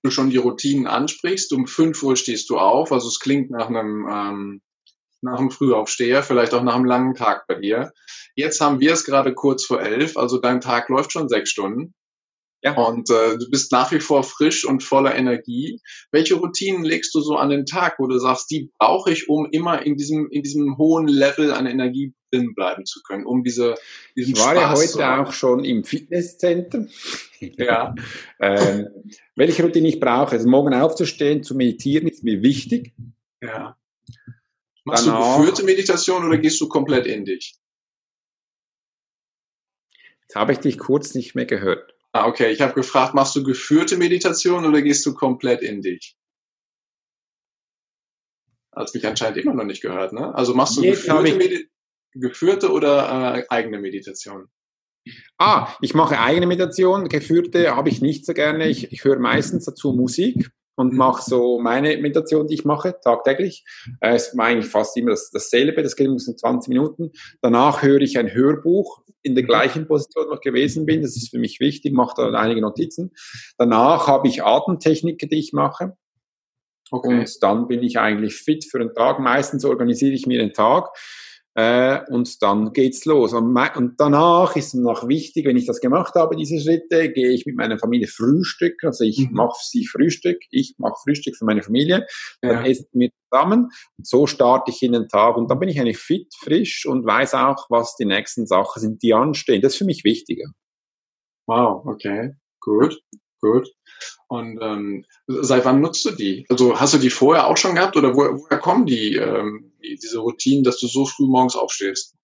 du schon die Routinen ansprichst. Um 5 Uhr stehst du auf, also es klingt nach einem Frühaufsteher, vielleicht auch nach einem langen Tag bei dir. Jetzt haben wir es gerade kurz vor 11, also dein Tag läuft schon 6 Stunden. Ja. Und du bist nach wie vor frisch und voller Energie. Welche Routinen legst du so an den Tag, wo du sagst, die brauche ich, um immer in diesem hohen Level an Energie drin bleiben zu können, um diesen Ich war Spaß ja zu heute haben? auch schon im Fitnesscenter. Ja, Welche Routine ich brauche, also morgen aufzustehen, zu meditieren, ist mir wichtig. ja. Machst du Danach, geführte Meditation oder gehst du komplett in dich? jetzt habe ich dich kurz nicht mehr gehört. Ah, okay. Ich habe gefragt, machst du geführte Meditation oder gehst du komplett in dich? Hast mich anscheinend immer noch nicht gehört, ne? Also machst du Jetzt habe ich, geführte oder eigene Meditation? ich mache eigene Meditation, geführte habe ich nicht so gerne. Ich höre meistens dazu Musik und mache so meine Meditation, die ich mache, tagtäglich. Es war eigentlich fast immer dasselbe, das geht um 20 Minuten. Danach höre ich ein Hörbuch in der gleichen Position, wo ich gewesen bin. Das ist für mich wichtig, mache da einige Notizen. Danach habe ich Atemtechniken, die ich mache. Okay. Und dann bin ich eigentlich fit für den Tag. Meistens organisiere ich mir den Tag und dann geht's los. Und danach ist es noch wichtig, wenn ich das gemacht habe, diese Schritte, gehe ich mit meiner Familie frühstücken. Also ich mache sie Frühstück, ich mache Frühstück für meine Familie. Dann essen wir zusammen. Und so starte ich in den Tag. Und dann bin ich eigentlich fit, frisch und weiß auch, was die nächsten Sachen sind, die anstehen. Das ist für mich wichtiger. Wow, okay. Gut, gut. Und seit wann nutzt du die? Also hast du die vorher auch schon gehabt oder woher kommen diese Routinen, dass du so früh morgens aufstehst?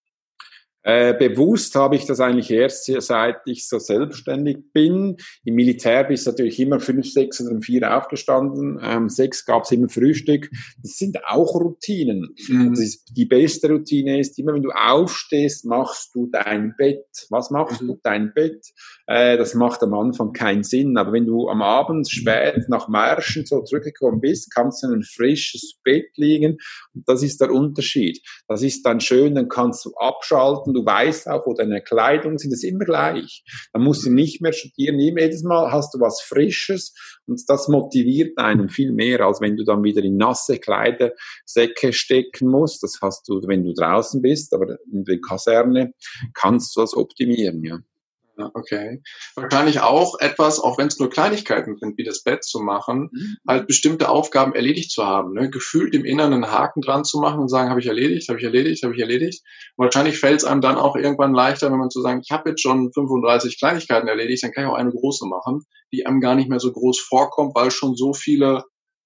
Bewusst habe ich das eigentlich erst seit ich so selbstständig bin. Im Militär bist du natürlich immer 5, 6 oder 4 aufgestanden. 6 gab es immer Frühstück. Das sind auch Routinen. Die beste Routine ist, immer wenn du aufstehst, machst du dein Bett. Was machst du? Dein Bett. Das macht am Anfang keinen Sinn. Aber wenn du am Abend spät nach Märschen so zurückgekommen bist, kannst du in ein frisches Bett liegen. Und das ist der Unterschied. Das ist dann schön, dann kannst du abschalten. Du weißt auch, wo deine Kleidung sind, das ist immer gleich. Dann musst du nicht mehr studieren. Jedes Mal hast du was Frisches und das motiviert einen viel mehr, als wenn du dann wieder in nasse Kleidersäcke stecken musst. Das hast du, wenn du draußen bist, aber in der Kaserne kannst du das optimieren, ja. Okay. Wahrscheinlich auch etwas, auch wenn es nur Kleinigkeiten sind, wie das Bett zu machen, halt bestimmte Aufgaben erledigt zu haben, ne? Gefühlt im Inneren einen Haken dran zu machen und sagen, habe ich erledigt, habe ich erledigt, habe ich erledigt. Und wahrscheinlich fällt es einem dann auch irgendwann leichter, wenn man zu sagen, ich habe jetzt schon 35 Kleinigkeiten erledigt, dann kann ich auch eine große machen, die einem gar nicht mehr so groß vorkommt, weil schon so viele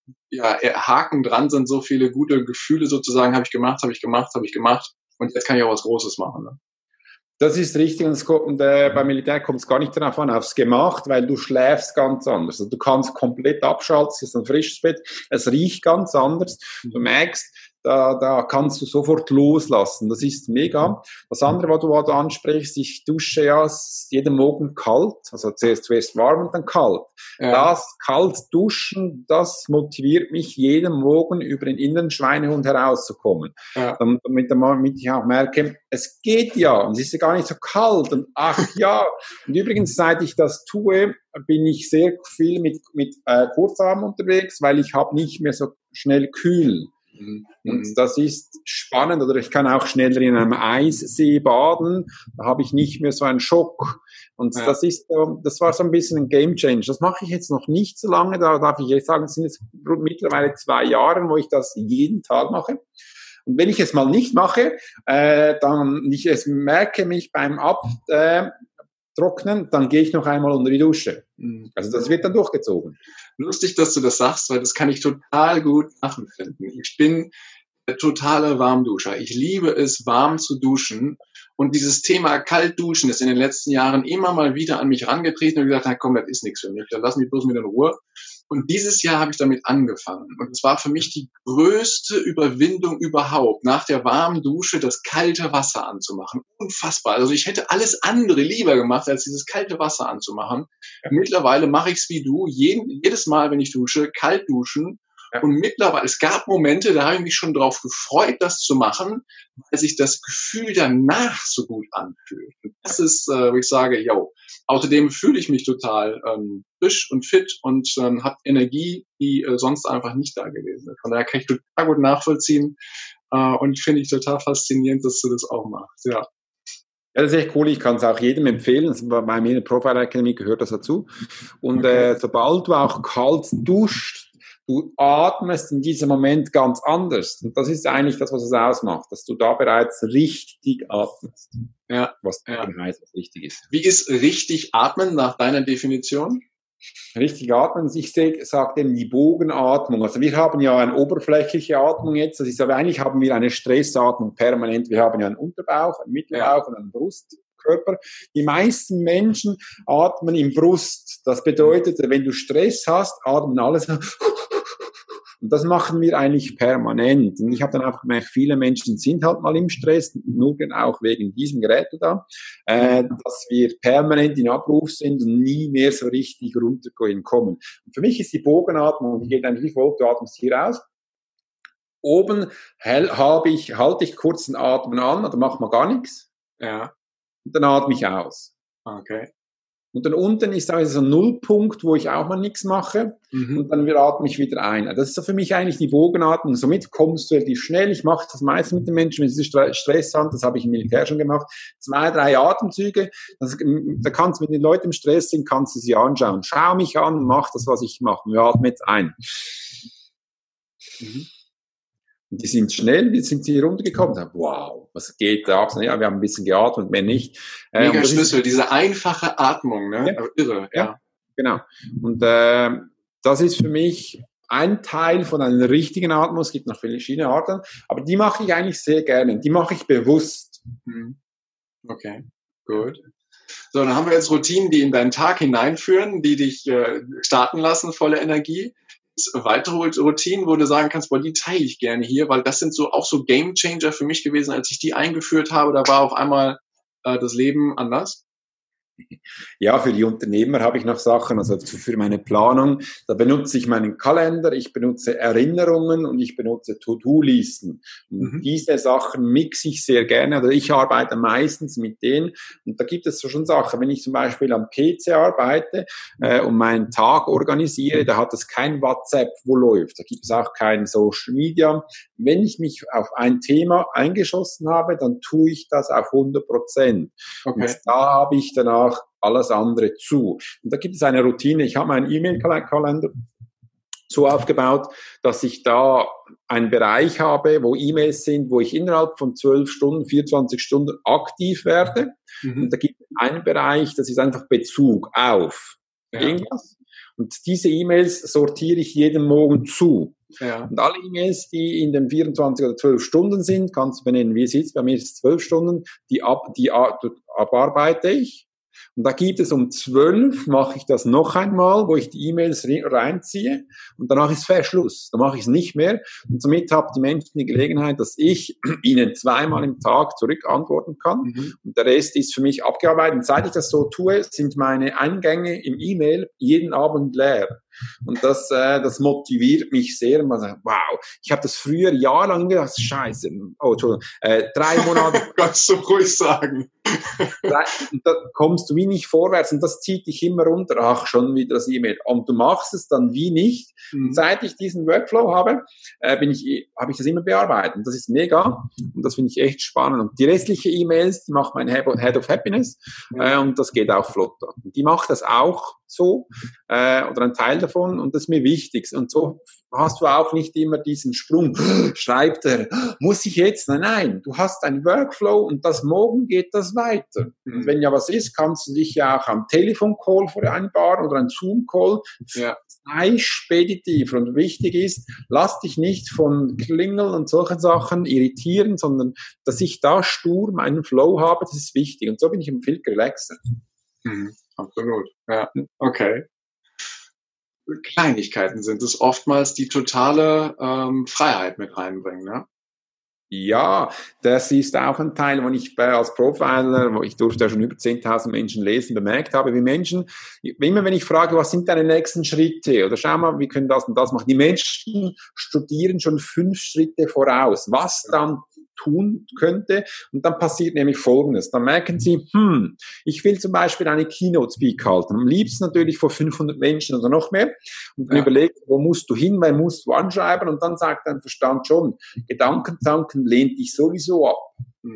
Haken dran sind, so viele gute Gefühle sozusagen, habe ich gemacht, habe ich gemacht, habe ich gemacht und jetzt kann ich auch was Großes machen. Ne? Das ist richtig und beim Militär kommt es gar nicht darauf an, aufs Gemacht, weil du schläfst ganz anders. Also du kannst komplett abschalten, es ist ein frisches Bett, es riecht ganz anders. Du merkst, da kannst du sofort loslassen. Das ist mega. Das andere, was du ansprichst, ich dusche ja jeden Morgen kalt, also zuerst warm und dann kalt. Ja. Das kalt duschen, das motiviert mich jeden Morgen über den inneren Schweinehund herauszukommen. Ja. Damit ich auch merke, es geht ja und es ist ja gar nicht so kalt und ach ja. Und übrigens, seit ich das tue, bin ich sehr viel mit Kurzarm unterwegs, weil ich habe nicht mehr so schnell kühl. Und das ist spannend, oder ich kann auch schneller in einem Eissee baden, da habe ich nicht mehr so einen Schock. Und das war so ein bisschen ein Game Change. Das mache ich jetzt noch nicht so lange, da darf ich jetzt sagen, es sind jetzt mittlerweile 2 Jahre, wo ich das jeden Tag mache. Und wenn ich es mal nicht mache, dann ich es merke mich beim Abtrocknen, dann gehe ich noch einmal unter die Dusche. Also das wird dann durchgezogen. Lustig, dass du das sagst, weil das kann ich total gut nachempfinden. Ich bin der totale Warmduscher. Ich liebe es, warm zu duschen. Und dieses Thema Kaltduschen ist in den letzten Jahren immer mal wieder an mich herangetreten und gesagt, na komm, das ist nichts für mich, dann lass mich bloß mit in Ruhe. Und dieses Jahr habe ich damit angefangen. Und es war für mich die größte Überwindung überhaupt, nach der warmen Dusche das kalte Wasser anzumachen. Unfassbar. Also ich hätte alles andere lieber gemacht, als dieses kalte Wasser anzumachen. Ja. Mittlerweile mache ich es wie du, jedes Mal, wenn ich dusche, kalt duschen. Und mittlerweile, es gab Momente, da habe ich mich schon drauf gefreut, das zu machen, weil sich das Gefühl danach so gut anfühlt. Und das ist, wo ich sage, yo, außerdem fühle ich mich total frisch und fit und habe Energie, die sonst einfach nicht da gewesen ist. Von daher kann ich total gut nachvollziehen und finde ich total faszinierend, dass du das auch machst. Ja. Ja, das ist echt cool. Ich kann es auch jedem empfehlen. Bei mir in der Profile Academy gehört das dazu. Und sobald du auch kalt duscht, du atmest in diesem Moment ganz anders. Und das ist eigentlich das, was es ausmacht, dass du da bereits richtig atmest. Ja. Was heißt, was richtig ist. Wie ist richtig atmen nach deiner Definition? Richtig atmen. Ich sage dem die Bogenatmung. Also wir haben ja eine oberflächliche Atmung jetzt. Das ist aber eigentlich haben wir eine Stressatmung permanent. Wir haben ja einen Unterbauch, einen Mittelbauch und einen Brustkörper. Die meisten Menschen atmen im Brust. Das bedeutet, wenn du Stress hast, atmen alles. Und das machen wir eigentlich permanent. Und ich habe dann einfach gemerkt, viele Menschen sind halt mal im Stress, nur auch wegen diesem Gerät da, dass wir permanent in Abruf sind und nie mehr so richtig runtergehen kommen. Und für mich ist die Bogenatmung, die geht eigentlich wie folgt, du atmest hier aus. Oben halte ich kurz den Atmen an, oder mache mal gar nichts. Ja. Und dann atme ich aus. Okay. Und dann unten ist auch so ein Nullpunkt, wo ich auch mal nichts mache. Und dann atme ich wieder ein. Das ist so für mich eigentlich die Bogenatmung. Somit kommst du relativ schnell. Ich mache das meistens mit den Menschen, wenn sie Stress haben. Das habe ich im Militär schon gemacht. 2, 3 Atemzüge. Da kannst du, wenn die Leute im Stress sind, kannst du sie anschauen. Schau mich an, mach das, was ich mache. Wir atmen jetzt ein. Und die sind schnell, jetzt sind sie runtergekommen. Sagen, wow, was geht da ab? Ja, wir haben ein bisschen geatmet, mehr nicht. Mega Schlüssel, diese einfache Atmung, ne? Ja. Irre, ja. Genau. Und das ist für mich ein Teil von einer richtigen Atmung. Es gibt noch verschiedene Arten, aber die mache ich eigentlich sehr gerne. Die mache ich bewusst. Okay, gut. So, dann haben wir jetzt Routinen, die in deinen Tag hineinführen, die dich starten lassen, voller Energie. Weitere Routinen, wo du sagen kannst, boah, die teile ich gerne hier, weil das sind so auch so Game Changer für mich gewesen, als ich die eingeführt habe, da war auf einmal das Leben anders. Ja, für die Unternehmer habe ich noch Sachen, also für meine Planung, da benutze ich meinen Kalender, ich benutze Erinnerungen und ich benutze To-Do-Listen. Und diese Sachen mixe ich sehr gerne, oder ich arbeite meistens mit denen. Und da gibt es so schon Sachen, wenn ich zum Beispiel am PC arbeite und meinen Tag organisiere, da hat es kein WhatsApp, wo läuft. Da gibt es auch kein Social Media. Wenn ich mich auf ein Thema eingeschossen habe, dann tue ich das auf 100%. Okay. Und da habe ich danach alles andere zu. Und da gibt es eine Routine. Ich habe meinen E-Mail-Kalender so aufgebaut, dass ich da einen Bereich habe, wo E-Mails sind, wo ich innerhalb von 12 Stunden, 24 Stunden aktiv werde. Und da gibt es einen Bereich, das ist einfach Bezug auf irgendwas. Und diese E-Mails sortiere ich jeden Morgen zu. Ja. Und alle E-Mails, die in den 24 oder 12 Stunden sind, kannst du benennen, wie es ist. Bei mir ist es 12 Stunden, die abarbeite ich. Und da gibt es um 12, mache ich das noch einmal, wo ich die E-Mails reinziehe und danach ist Verschluss. Dann mache ich es nicht mehr und somit haben die Menschen die Gelegenheit, dass ich ihnen 2-mal im Tag zurückantworten kann und der Rest ist für mich abgearbeitet. Und seit ich das so tue, sind meine Eingänge im E-Mail jeden Abend leer. Und das motiviert mich sehr. Und man sagt, wow, ich habe das früher jahrelang gedacht, scheiße, oh, Entschuldigung, 3 Monate. Kannst du ruhig sagen. Und da kommst du wie nicht vorwärts und das zieht dich immer runter. Ach, schon wieder das E-Mail. Und du machst es dann wie nicht. Und seit ich diesen Workflow habe, habe ich das immer bearbeitet. Und das ist mega. Und das finde ich echt spannend. Und die restlichen E-Mails, die macht mein Head of Happiness. Und das geht auch flotter. Und die macht das auch so, oder ein Teil davon. Und das ist mir wichtig. Und so hast du auch nicht immer diesen Sprung, schreibt er, muss ich jetzt? Nein, du hast einen Workflow und morgen geht das weiter. Und wenn ja was ist, kannst du dich ja auch am Telefoncall vereinbaren oder einen Zoom-Call. Ja. Sei speditiv und wichtig ist, lass dich nicht von Klingeln und solchen Sachen irritieren, sondern dass ich da stur meinen Flow habe, das ist wichtig. Und so bin ich viel relaxer. Absolut, ja, okay. Kleinigkeiten sind es oftmals, die totale Freiheit mit reinbringen, ne? Ja, das ist auch ein Teil, wo ich als Profiler, wo ich durfte ja schon über 10.000 Menschen lesen, bemerkt habe, wie Menschen, immer wenn ich frage, was sind deine nächsten Schritte, oder schau mal, wir können das und das machen, die Menschen studieren schon 5 Schritte voraus, was dann tun könnte, und dann passiert nämlich Folgendes, dann merken sie, ich will zum Beispiel eine Keynote-Speak halten, am liebsten natürlich vor 500 Menschen oder noch mehr, und dann überlegt, wo musst du hin, wer musst du anschreiben, und dann sagt dein Verstand schon, Gedankentanken lehnt dich sowieso ab.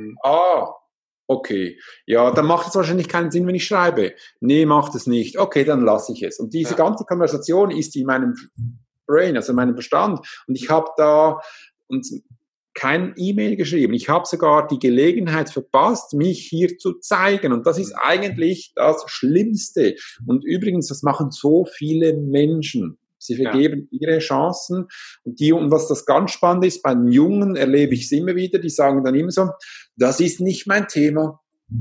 Okay. Ja, dann macht es wahrscheinlich keinen Sinn, wenn ich schreibe. Nee, macht es nicht. Okay, dann lasse ich es. Und diese ganze Konversation ist in meinem Brain, also in meinem Verstand. Und ich habe da kein E-Mail geschrieben. Ich habe sogar die Gelegenheit verpasst, mich hier zu zeigen. Und das ist eigentlich das Schlimmste. Und übrigens, das machen so viele Menschen. Sie vergeben ihre Chancen. Und was das ganz spannend ist, bei den Jungen erlebe ich es immer wieder, die sagen dann immer so, das ist nicht mein Thema.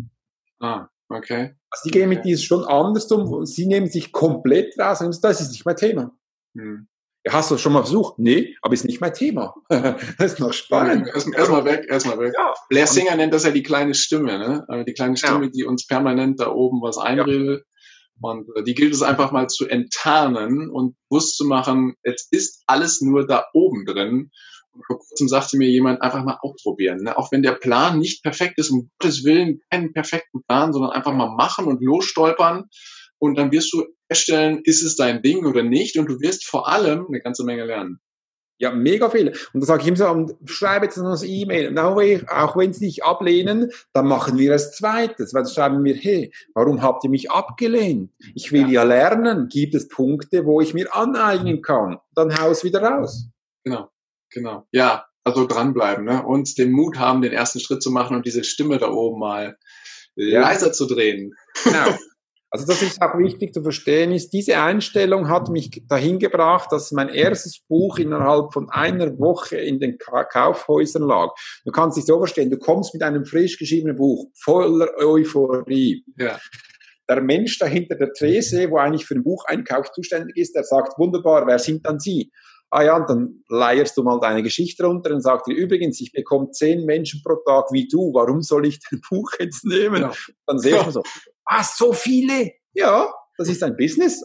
Okay. Also die gehen mit diesem schon anders um. Sie nehmen sich komplett raus und sagen, das ist nicht mein Thema. Ja, hast du das schon mal versucht? Nee, aber ist nicht mein Thema. Das ist noch spannend. Erstmal weg. Ja. Blair Singer nennt das ja die kleine Stimme, ne? Die kleine Stimme, die uns permanent da oben was einredet. Und die gilt es einfach mal zu enttarnen und bewusst zu machen, es ist alles nur da oben drin. Und vor kurzem sagte mir jemand, einfach mal ausprobieren. Ne? Auch wenn der Plan nicht perfekt ist, um Gottes Willen keinen perfekten Plan, sondern einfach mal machen und losstolpern. Und dann wirst du feststellen, ist es dein Ding oder nicht? Und du wirst vor allem eine ganze Menge lernen. Ja, mega viel. Und da sage ich ihm so, schreibe jetzt noch das E-Mail. Auch wenn sie dich ablehnen, dann machen wir es zweites. Weil dann schreiben wir, hey, warum habt ihr mich abgelehnt? Ich will ja lernen. Gibt es Punkte, wo ich mir aneignen kann? Dann hau es wieder raus. Genau. Ja, also dranbleiben, ne? Und den Mut haben, den ersten Schritt zu machen und diese Stimme da oben mal leiser zu drehen. Genau. Also das ist auch wichtig zu verstehen, diese Einstellung hat mich dahin gebracht, dass mein erstes Buch innerhalb von einer Woche in den Kaufhäusern lag. Du kannst dich so verstehen, du kommst mit einem frisch geschriebenen Buch voller Euphorie. Ja. Der Mensch dahinter der Trese, wo eigentlich für den Bucheinkauf zuständig ist, der sagt, wunderbar, wer sind dann Sie? Ja, und dann leierst du mal deine Geschichte runter und sagst dir, übrigens, ich bekomme 10 Menschen pro Tag wie du, warum soll ich dein Buch jetzt nehmen? Ja. Dann siehst du so, so viele? Ja, das ist ein Business?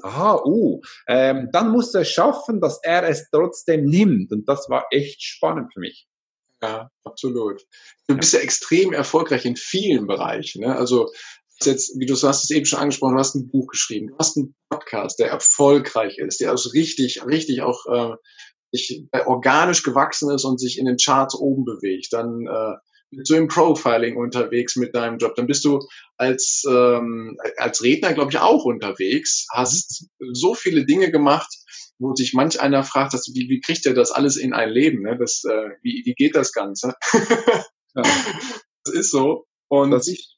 Dann musst du es schaffen, dass er es trotzdem nimmt. Und das war echt spannend für mich. Ja, absolut. Du bist ja extrem erfolgreich in vielen Bereichen, ne? Also, jetzt, wie du hast es eben schon angesprochen, du hast ein Buch geschrieben, du hast einen Podcast, der erfolgreich ist, der also richtig auch organisch gewachsen ist und sich in den Charts oben bewegt. Dann bist du im Profiling unterwegs mit deinem Job. Dann bist du als Redner, glaube ich, auch unterwegs, hast so viele Dinge gemacht, wo sich manch einer fragt, wie kriegt er das alles in ein Leben? Ne? Wie geht das Ganze? Das ist so. Und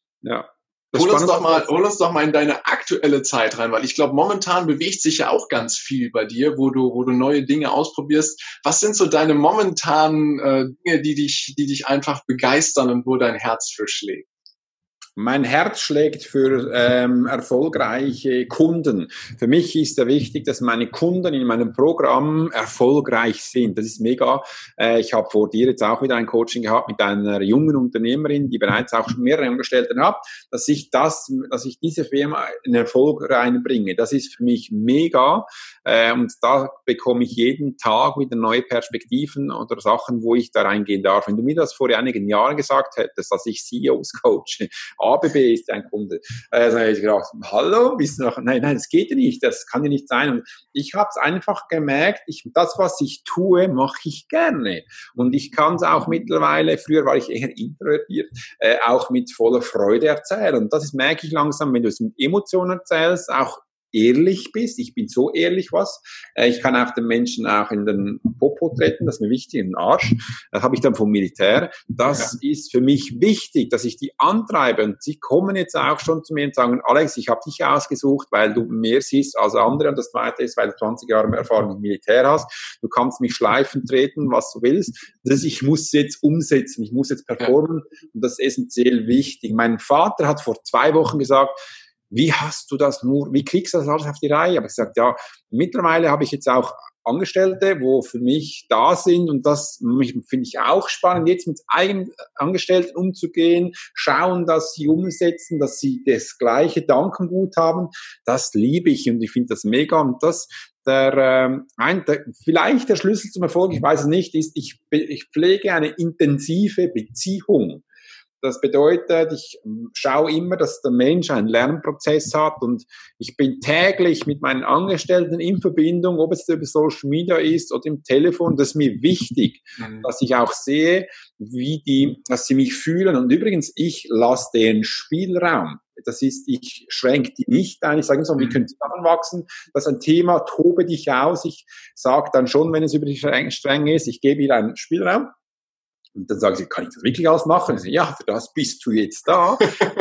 Hol uns doch mal in deine aktuelle Zeit rein, weil ich glaube, momentan bewegt sich ja auch ganz viel bei dir, wo du neue Dinge ausprobierst. Was sind so deine momentanen Dinge, die dich einfach begeistern und wo dein Herz für schlägt? Mein Herz schlägt für erfolgreiche Kunden. Für mich ist ja wichtig, dass meine Kunden in meinem Programm erfolgreich sind. Das ist mega. Ich habe vor dir jetzt auch wieder ein Coaching gehabt mit einer jungen Unternehmerin, die bereits auch schon mehrere Angestellte hat, dass ich diese Firma in Erfolg reinbringe. Das ist für mich mega. Und da bekomme ich jeden Tag wieder neue Perspektiven oder Sachen, wo ich da reingehen darf. Wenn du mir das vor einigen Jahren gesagt hättest, dass ich CEOs coache, ABB ist ein Kunde. Dann habe ich gedacht, hallo, bist du noch? Nein, das geht ja nicht, das kann ja nicht sein. Und ich habe es einfach gemerkt, das, was ich tue, mache ich gerne. Und ich kann es auch mittlerweile, früher war ich eher introvertiert, auch mit voller Freude erzählen. Und das merke ich langsam, wenn du es mit Emotionen erzählst, auch ehrlich bist. Ich bin so ehrlich ich kann auch den Menschen auch in den Popo treten, das ist mir wichtig, in den Arsch. Das habe ich dann vom Militär. Das ist für mich wichtig, dass ich die antreibe. Und sie kommen jetzt auch schon zu mir und sagen, Alex, ich habe dich ausgesucht, weil du mehr siehst als andere. Und das Zweite ist, weil du 20 Jahre Erfahrung im Militär hast. Du kannst mich schleifen treten, was du willst. Ich muss jetzt umsetzen, ich muss jetzt performen. Und das ist essentiell wichtig. Mein Vater hat vor 2 Wochen gesagt, wie kriegst du das alles auf die Reihe? Aber ich gesagt, mittlerweile habe ich jetzt auch Angestellte, wo für mich da sind und das finde ich auch spannend, jetzt mit eigenen Angestellten umzugehen, schauen, dass sie umsetzen, dass sie das gleiche Gedankengut haben, das liebe ich und ich finde das mega und das vielleicht der Schlüssel zum Erfolg, ich weiß es nicht, ist, ich pflege eine intensive Beziehung. Das bedeutet, ich schaue immer, dass der Mensch einen Lernprozess hat und ich bin täglich mit meinen Angestellten in Verbindung, ob es über Social Media ist oder im Telefon. Das ist mir wichtig, dass ich auch sehe, dass sie mich fühlen. Und übrigens, ich lasse den Spielraum. Das ist, ich schränke die nicht ein. Ich sage so, wir können zusammenwachsen. Das ist ein Thema, tobe dich aus. Ich sage dann schon, wenn es über die Stränge ist, ich gebe ihr einen Spielraum. Und dann sagen sie, kann ich das wirklich alles machen? So, ja, für das bist du jetzt da.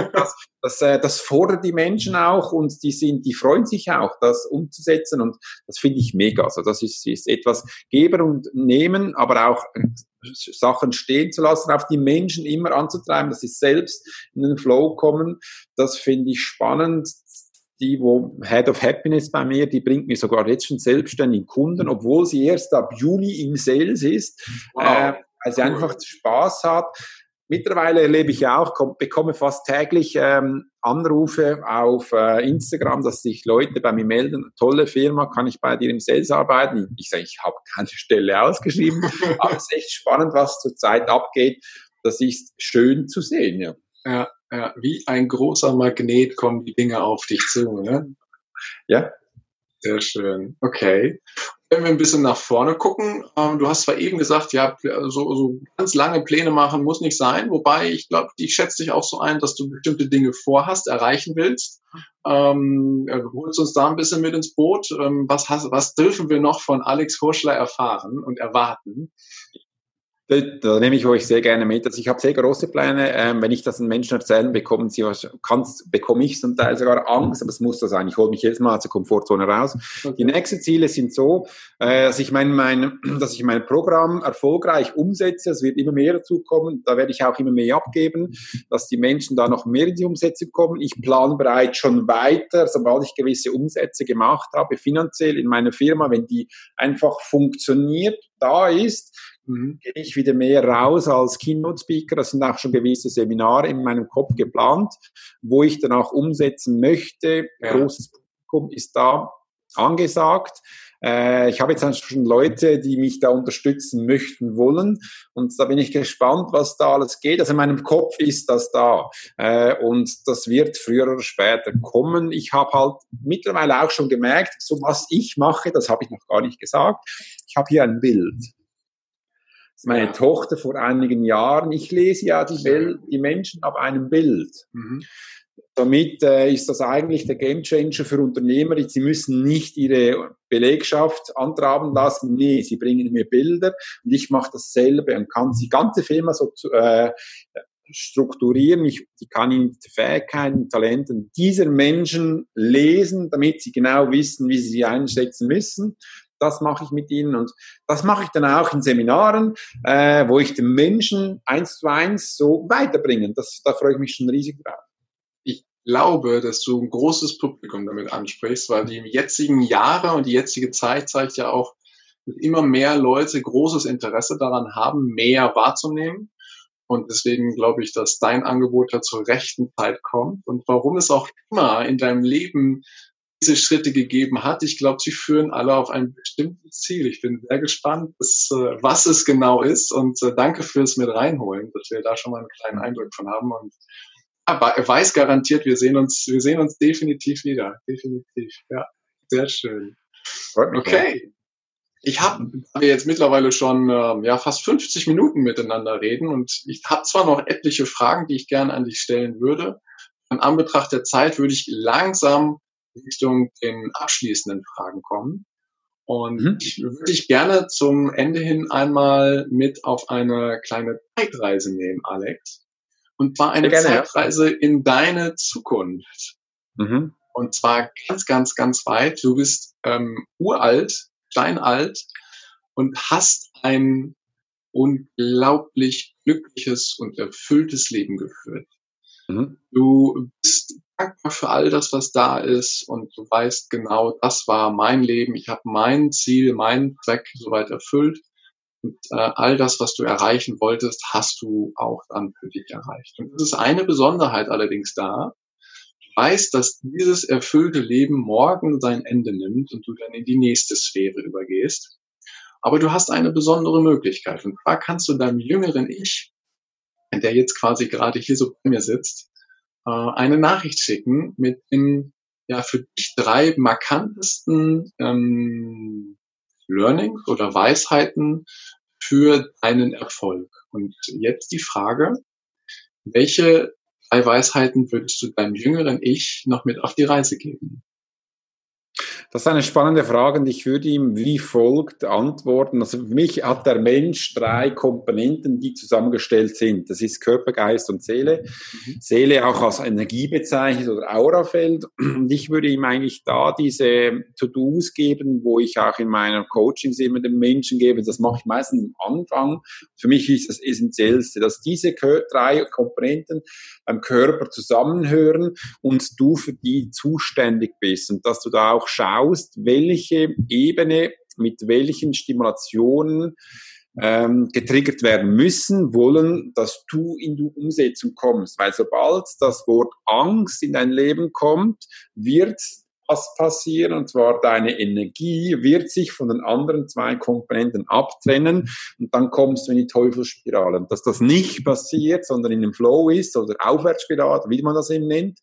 Das fordert die Menschen auch und die freuen sich auch, das umzusetzen und das finde ich mega. Also das ist etwas geben und nehmen, aber auch Sachen stehen zu lassen, auf die Menschen immer anzutreiben, dass sie selbst in den Flow kommen. Das finde ich spannend. Die, wo Head of Happiness bei mir, die bringt mir sogar jetzt schon selbstständig Kunden, obwohl sie erst ab Juni im Sales ist. Wow. Weil sie einfach Spaß hat. Mittlerweile erlebe ich auch, bekomme fast täglich Anrufe auf Instagram, dass sich Leute bei mir melden, tolle Firma, kann ich bei dir im Sales arbeiten? Ich sage, ich habe keine Stelle ausgeschrieben, aber es ist echt spannend, was zurzeit abgeht. Das ist schön zu sehen, ja. Ja, wie ein großer Magnet kommen die Dinge auf dich zu, ne? Ja. Sehr schön. Okay. Wenn wir ein bisschen nach vorne gucken, du hast zwar eben gesagt, ja, so ganz lange Pläne machen muss nicht sein, wobei ich glaube, ich schätze dich auch so ein, dass du bestimmte Dinge vorhast, erreichen willst. Holst uns da ein bisschen mit ins Boot. Was dürfen wir noch von Alex Hurschler erfahren und erwarten? Da nehme ich euch sehr gerne mit. Also ich habe sehr große Pläne. Wenn ich das den Menschen erzähle, bekomme ich zum Teil sogar Angst, aber es muss so sein. Ich hole mich jedes Mal aus der Komfortzone raus. Okay. Die nächsten Ziele sind so, dass ich mein Programm erfolgreich umsetze. Es wird immer mehr dazu kommen. Da werde ich auch immer mehr abgeben, dass die Menschen da noch mehr in die Umsetzung kommen. Ich plane bereits schon weiter, sobald ich gewisse Umsätze gemacht habe, finanziell in meiner Firma, wenn die einfach funktioniert, da ist, gehe ich wieder mehr raus als Keynote-Speaker. Das sind auch schon gewisse Seminare in meinem Kopf geplant, wo ich dann auch umsetzen möchte. Ja. Großes Publikum ist da angesagt. Ich habe jetzt schon Leute, die mich da unterstützen möchten wollen. Und da bin ich gespannt, was da alles geht. Also in meinem Kopf ist das da. Und das wird früher oder später kommen. Ich habe halt mittlerweile auch schon gemerkt, so was ich mache, das habe ich noch gar nicht gesagt. Ich habe hier ein Bild. Meine Tochter vor einigen Jahren, ich lese ja die Menschen ab einem Bild. Damit ist das eigentlich der Gamechanger für Unternehmer. Sie müssen nicht ihre Belegschaft antraben lassen. Nee, sie bringen mir Bilder und ich mache dasselbe und kann die ganze Firma so strukturieren. Die kann ihnen die Fähigkeiten, Talenten dieser Menschen lesen, damit sie genau wissen, wie sie sie einsetzen müssen. Das mache ich mit ihnen und das mache ich dann auch in Seminaren, wo ich den Menschen 1:1 so weiterbringen. Da freue ich mich schon riesig drauf. Ich glaube, dass du ein großes Publikum damit ansprichst, weil die jetzigen Jahre und die jetzige Zeit zeigt ja auch, dass immer mehr Leute großes Interesse daran haben, mehr wahrzunehmen. Und deswegen glaube ich, dass dein Angebot da zur rechten Zeit kommt. Und warum es auch immer in deinem Leben diese Schritte gegeben hat. Ich glaube, sie führen alle auf ein bestimmtes Ziel. Ich bin sehr gespannt, was es genau ist und danke fürs mit reinholen, dass wir da schon mal einen kleinen Eindruck von haben und weiß garantiert, wir sehen uns definitiv wieder. Definitiv. Ja, sehr schön. Okay. Da wir jetzt mittlerweile schon fast 50 Minuten miteinander reden und ich habe zwar noch etliche Fragen, die ich gerne an dich stellen würde. In Anbetracht der Zeit würde ich langsam Richtung den abschließenden Fragen kommen. Und ich würde dich gerne zum Ende hin einmal mit auf eine kleine Zeitreise nehmen, Alex. Und zwar eine Zeitreise in deine Zukunft. Und zwar ganz, ganz, ganz weit. Du bist uralt, steinalt und hast ein unglaublich glückliches und erfülltes Leben geführt. Du bist dankbar für all das, was da ist und du weißt genau, das war mein Leben, ich habe mein Ziel, meinen Zweck soweit erfüllt und all das, was du erreichen wolltest, hast du auch dann für dich erreicht. Und es ist eine Besonderheit allerdings da, du weißt, dass dieses erfüllte Leben morgen sein Ende nimmt und du dann in die nächste Sphäre übergehst. Aber du hast eine besondere Möglichkeit und zwar kannst du deinem jüngeren Ich, der jetzt quasi gerade hier so bei mir sitzt, eine Nachricht schicken mit den ja für dich 3 markantesten Learnings oder Weisheiten für deinen Erfolg. Und jetzt die Frage, welche 3 Weisheiten würdest du deinem jüngeren Ich noch mit auf die Reise geben? Das ist eine spannende Frage und ich würde ihm wie folgt antworten. Also für mich hat der Mensch 3 Komponenten, die zusammengestellt sind. Das ist Körper, Geist und Seele. Seele auch als Energie bezeichnet oder Aurafeld. Und ich würde ihm eigentlich da diese To-Dos geben, wo ich auch in meiner Coachings immer den Menschen gebe. Das mache ich meistens am Anfang. Für mich ist das Essentiellste, dass diese 3 Komponenten beim Körper zusammenhören und du für die zuständig bist und dass du da auch schaust, welche Ebene mit welchen Stimulationen getriggert werden müssen, wollen, dass du in die Umsetzung kommst. Weil sobald das Wort Angst in dein Leben kommt, wird was passieren, und zwar deine Energie wird sich von den anderen 2 Komponenten abtrennen und dann kommst du in die Teufelsspirale. Und dass das nicht passiert, sondern in dem Flow ist oder Aufwärtsspirale, wie man das eben nennt,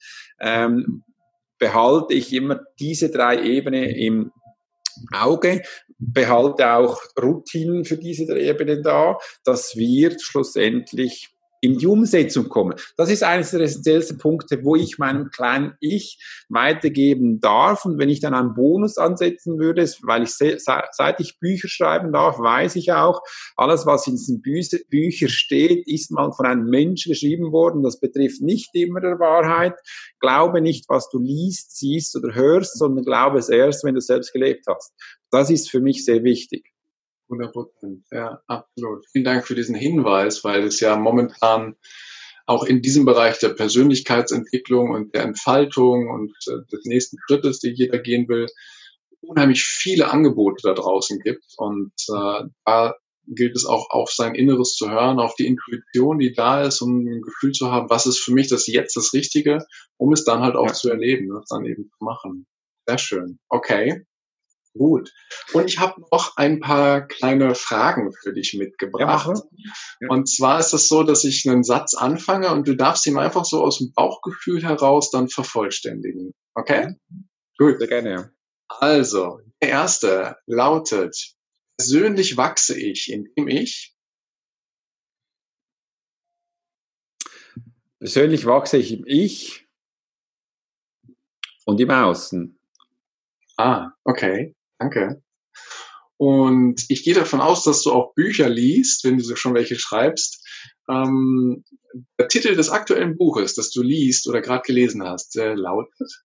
behalte ich immer diese 3 Ebenen im Auge, behalte auch Routinen für diese 3 Ebenen da, dass wir schlussendlich in die Umsetzung kommen. Das ist eines der essentiellsten Punkte, wo ich meinem kleinen Ich weitergeben darf. Und wenn ich dann einen Bonus ansetzen würde, weil ich seit ich Bücher schreiben darf, weiß ich auch, alles, was in diesen Büchern steht, ist mal von einem Menschen geschrieben worden. Das betrifft nicht immer der Wahrheit. Glaube nicht, was du liest, siehst oder hörst, sondern glaube es erst, wenn du selbst gelebt hast. Das ist für mich sehr wichtig. 100%, ja, absolut. Vielen Dank für diesen Hinweis, weil es ja momentan auch in diesem Bereich der Persönlichkeitsentwicklung und der Entfaltung und des nächsten Schrittes, den jeder gehen will, unheimlich viele Angebote da draußen gibt. Und da gilt es auch auf sein Inneres zu hören, auf die Intuition, die da ist, um ein Gefühl zu haben, was ist für mich das jetzt das Richtige, um es dann halt auch zu erleben, das dann eben zu machen. Sehr schön. Okay. Gut. Und ich habe noch ein paar kleine Fragen für dich mitgebracht. Ja. Und zwar ist es so, dass ich einen Satz anfange und du darfst ihn einfach so aus dem Bauchgefühl heraus dann vervollständigen. Okay? Gut. Sehr gerne, ja. Also, der erste lautet, persönlich wachse ich, indem ich persönlich wachse ich im Ich und im Außen. Ah, okay. Danke. Und ich gehe davon aus, dass du auch Bücher liest, wenn du so schon welche schreibst. Der Titel des aktuellen Buches, das du liest oder gerade gelesen hast, lautet?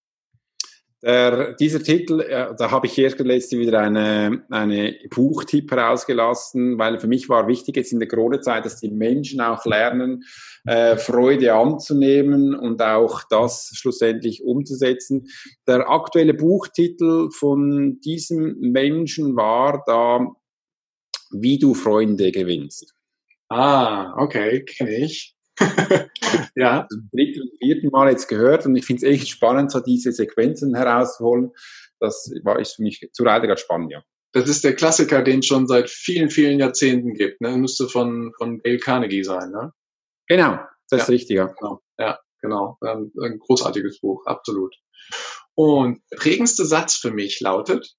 Dieser Titel, da habe ich erst letzte wieder eine Buchtipp herausgelassen, weil für mich war wichtig jetzt in der Corona-Zeit, dass die Menschen auch lernen, Freude anzunehmen und auch das schlussendlich umzusetzen. Der aktuelle Buchtitel von diesem Menschen war da, wie du Freunde gewinnst. Ah, okay, kenne ich. Ja. Zum 3. und 4. Mal jetzt gehört und ich finde es echt spannend, so diese Sequenzen herauszuholen. Das ist für mich zu leider ganz spannend, ja. Das ist der Klassiker, den es schon seit vielen, vielen Jahrzehnten gibt. Ne? Müsste von Dale Carnegie sein, ne? Genau, das ist richtig, ja. Genau. Ja, genau. Ein großartiges Buch, absolut. Und der prägendste Satz für mich lautet?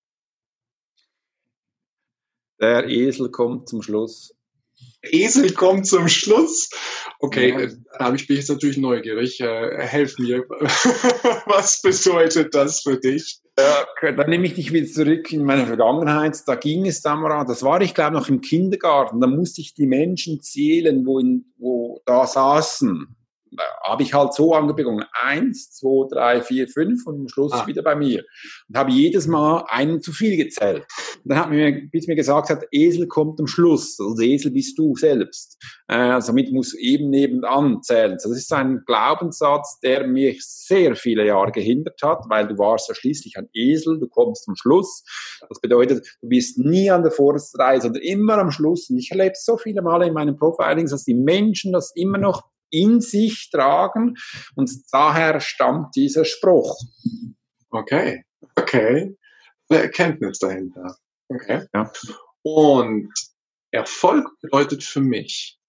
Der Esel kommt zum Schluss. Esel kommt zum Schluss. Okay, ja. Bin ich jetzt natürlich neugierig. Helf mir. Was bedeutet das für dich? Dann nehme ich dich wieder zurück in meine Vergangenheit. Da ging es damals, das war ich glaube noch im Kindergarten, da musste ich die Menschen zählen, wo da saßen. Da habe ich halt so angefangen, 1, 2, 3, 4, 5 und am Schluss wieder bei mir. Und habe jedes Mal einen zu viel gezählt. dann hat bis mir gesagt hat, Esel kommt am Schluss. Also Esel bist du selbst. Somit muss eben nebenan zählen. Das ist ein Glaubenssatz, der mich sehr viele Jahre gehindert hat, weil du warst ja schließlich ein Esel, du kommst zum Schluss. Das bedeutet, du bist nie an der vordersten Reihe, sondern immer am Schluss. Und ich erlebe so viele Male in meinen Profilings, dass die Menschen das immer noch in sich tragen. Und daher stammt dieser Spruch. Okay. Eine Erkenntnis dahinter. Okay. Ja. Und Erfolg bedeutet für mich?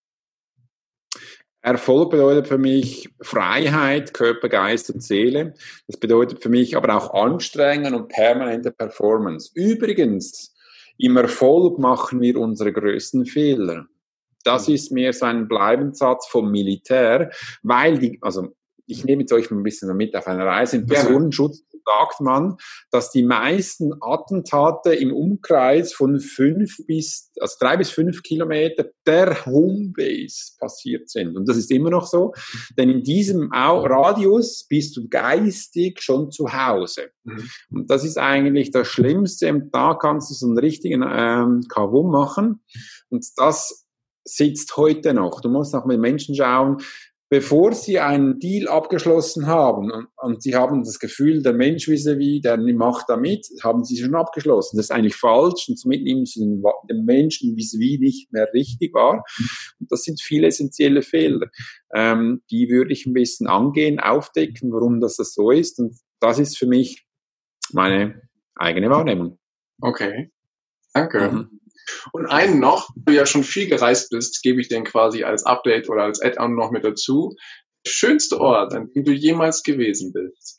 Erfolg bedeutet für mich Freiheit, Körper, Geist und Seele. Das bedeutet für mich aber auch Anstrengung und permanente Performance. Übrigens, im Erfolg machen wir unsere größten Fehler. Das ist mir so ein Bleibendsatz vom Militär, weil ich nehme jetzt euch mal ein bisschen mit auf eine Reise. Im Personenschutz sagt man, dass die meisten Attentate im Umkreis von 3 bis 5 Kilometer der Homebase passiert sind. Und das ist immer noch so, denn in diesem Radius bist du geistig schon zu Hause. Mhm. Und das ist eigentlich das Schlimmste. Und da kannst du so einen richtigen Kavum machen. Und das sitzt heute noch. Du musst auch mit Menschen schauen, bevor sie einen Deal abgeschlossen haben und sie haben das Gefühl, der Mensch vis-à-vis, der macht da mit, haben sie schon abgeschlossen. Das ist eigentlich falsch und somit nehmen sie den Menschen vis-à-vis nicht mehr richtig wahr. Und das sind viele essentielle Fehler. Die würde ich ein bisschen angehen, aufdecken, warum das so ist. Und das ist für mich meine eigene Wahrnehmung. Okay, danke. Mhm. Und einen noch, du ja schon viel gereist bist, gebe ich den quasi als Update oder als Add-on noch mit dazu. Der schönste Ort, an dem du jemals gewesen bist?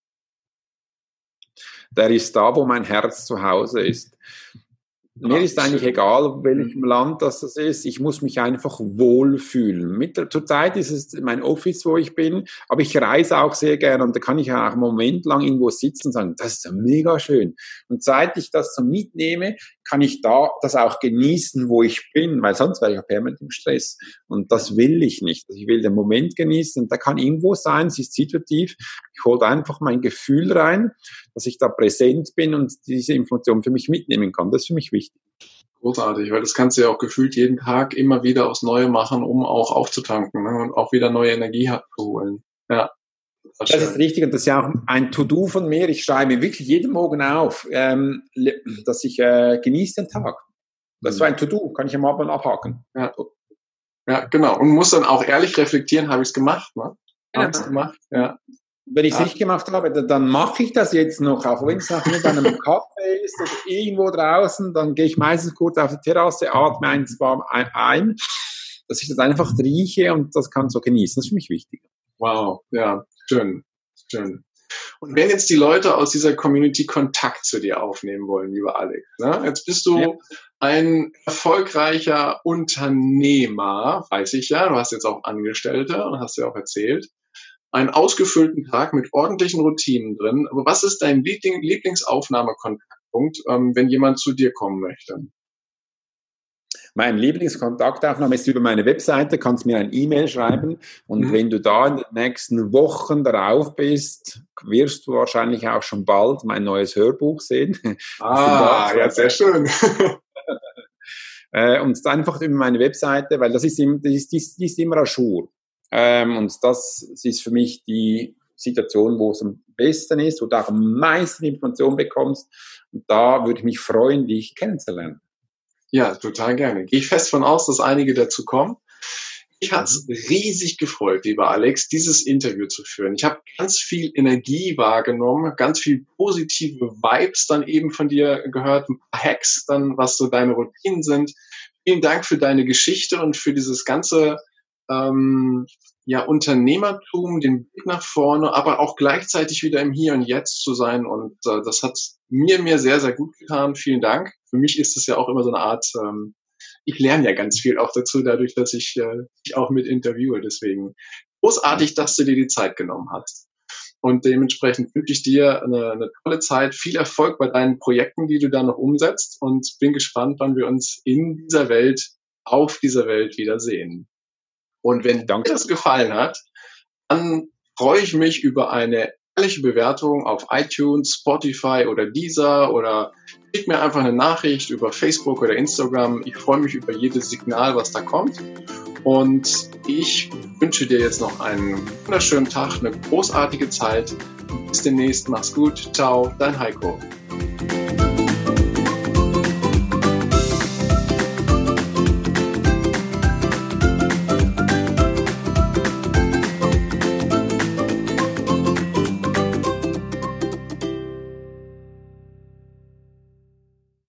Der ist da, wo mein Herz zu Hause ist. Mir ist eigentlich egal, auf welchem Land das ist. Ich muss mich einfach wohlfühlen. Zurzeit ist es mein Office, wo ich bin, aber ich reise auch sehr gerne und da kann ich auch einen Moment lang irgendwo sitzen und sagen, das ist ja mega schön. Und seit ich das so mitnehme, kann ich da das auch genießen, wo ich bin, weil sonst wäre ich ja permanent im Stress. Und das will ich nicht. Ich will den Moment genießen und da kann irgendwo sein, es ist situativ. Ich hole einfach mein Gefühl rein, dass ich da präsent bin und diese Information für mich mitnehmen kann. Das ist für mich wichtig. Großartig, weil das kannst du ja auch gefühlt jeden Tag immer wieder aufs Neue machen, um auch aufzutanken, ne, und auch wieder neue Energie zu holen. Ja. Das ist richtig und das ist ja auch ein To-Do von mir. Ich schreibe wirklich jeden Morgen auf, dass ich genieße den Tag. Das ist so ein To-Do, kann ich am Abend abhaken. Ja, genau. Und muss dann auch ehrlich reflektieren, habe ich es gemacht, ne? Habe ich es gemacht, ja. Wenn ich es nicht gemacht habe, dann mache ich das jetzt noch, auch wenn es noch nur bei einem Kaffee ist oder irgendwo draußen, dann gehe ich meistens kurz auf die Terrasse, atme ein, dass ich das einfach rieche und das kann so genießen. Das ist für mich wichtig. Wow, ja, schön. Und wenn jetzt die Leute aus dieser Community Kontakt zu dir aufnehmen wollen, lieber Alex, ne? Jetzt bist du ein erfolgreicher Unternehmer, weiß ich ja, du hast jetzt auch Angestellte und hast ja auch erzählt, einen ausgefüllten Tag mit ordentlichen Routinen drin. Aber was ist dein Lieblingsaufnahmekontaktpunkt, wenn jemand zu dir kommen möchte? Mein Lieblingskontaktaufnahme ist über meine Webseite, kannst mir ein E-Mail schreiben und wenn du da in den nächsten Wochen darauf bist, wirst du wahrscheinlich auch schon bald mein neues Hörbuch sehen. Ja, sehr schön. Und einfach über meine Webseite, weil die ist immer à jour. Und das ist für mich die Situation, wo es am besten ist, wo du auch am meisten Informationen bekommst. Und da würde ich mich freuen, dich kennenzulernen. Ja, total gerne. Gehe ich fest von aus, dass einige dazu kommen. Mich hat's riesig gefreut, lieber Alex, dieses Interview zu führen. Ich habe ganz viel Energie wahrgenommen, ganz viel positive Vibes dann eben von dir gehört, ein paar Hacks dann, was so deine Routinen sind. Vielen Dank für deine Geschichte und für dieses ganze Unternehmertum, den Blick nach vorne, aber auch gleichzeitig wieder im Hier und Jetzt zu sein. Und das hat mir sehr, sehr gut getan. Vielen Dank. Für mich ist es ja auch immer so eine Art, ich lerne ja ganz viel auch dazu, dadurch, dass ich dich auch mit interviewe. Deswegen großartig, dass du dir die Zeit genommen hast. Und dementsprechend wünsche ich dir eine tolle Zeit, viel Erfolg bei deinen Projekten, die du da noch umsetzt, und bin gespannt, wann wir uns auf dieser Welt wiedersehen. Und wenn dir das gefallen hat, dann freue ich mich über eine ehrliche Bewertung auf iTunes, Spotify oder Deezer oder schick mir einfach eine Nachricht über Facebook oder Instagram. Ich freue mich über jedes Signal, was da kommt. Und ich wünsche dir jetzt noch einen wunderschönen Tag, eine großartige Zeit. Bis demnächst, mach's gut. Ciao, dein Heiko.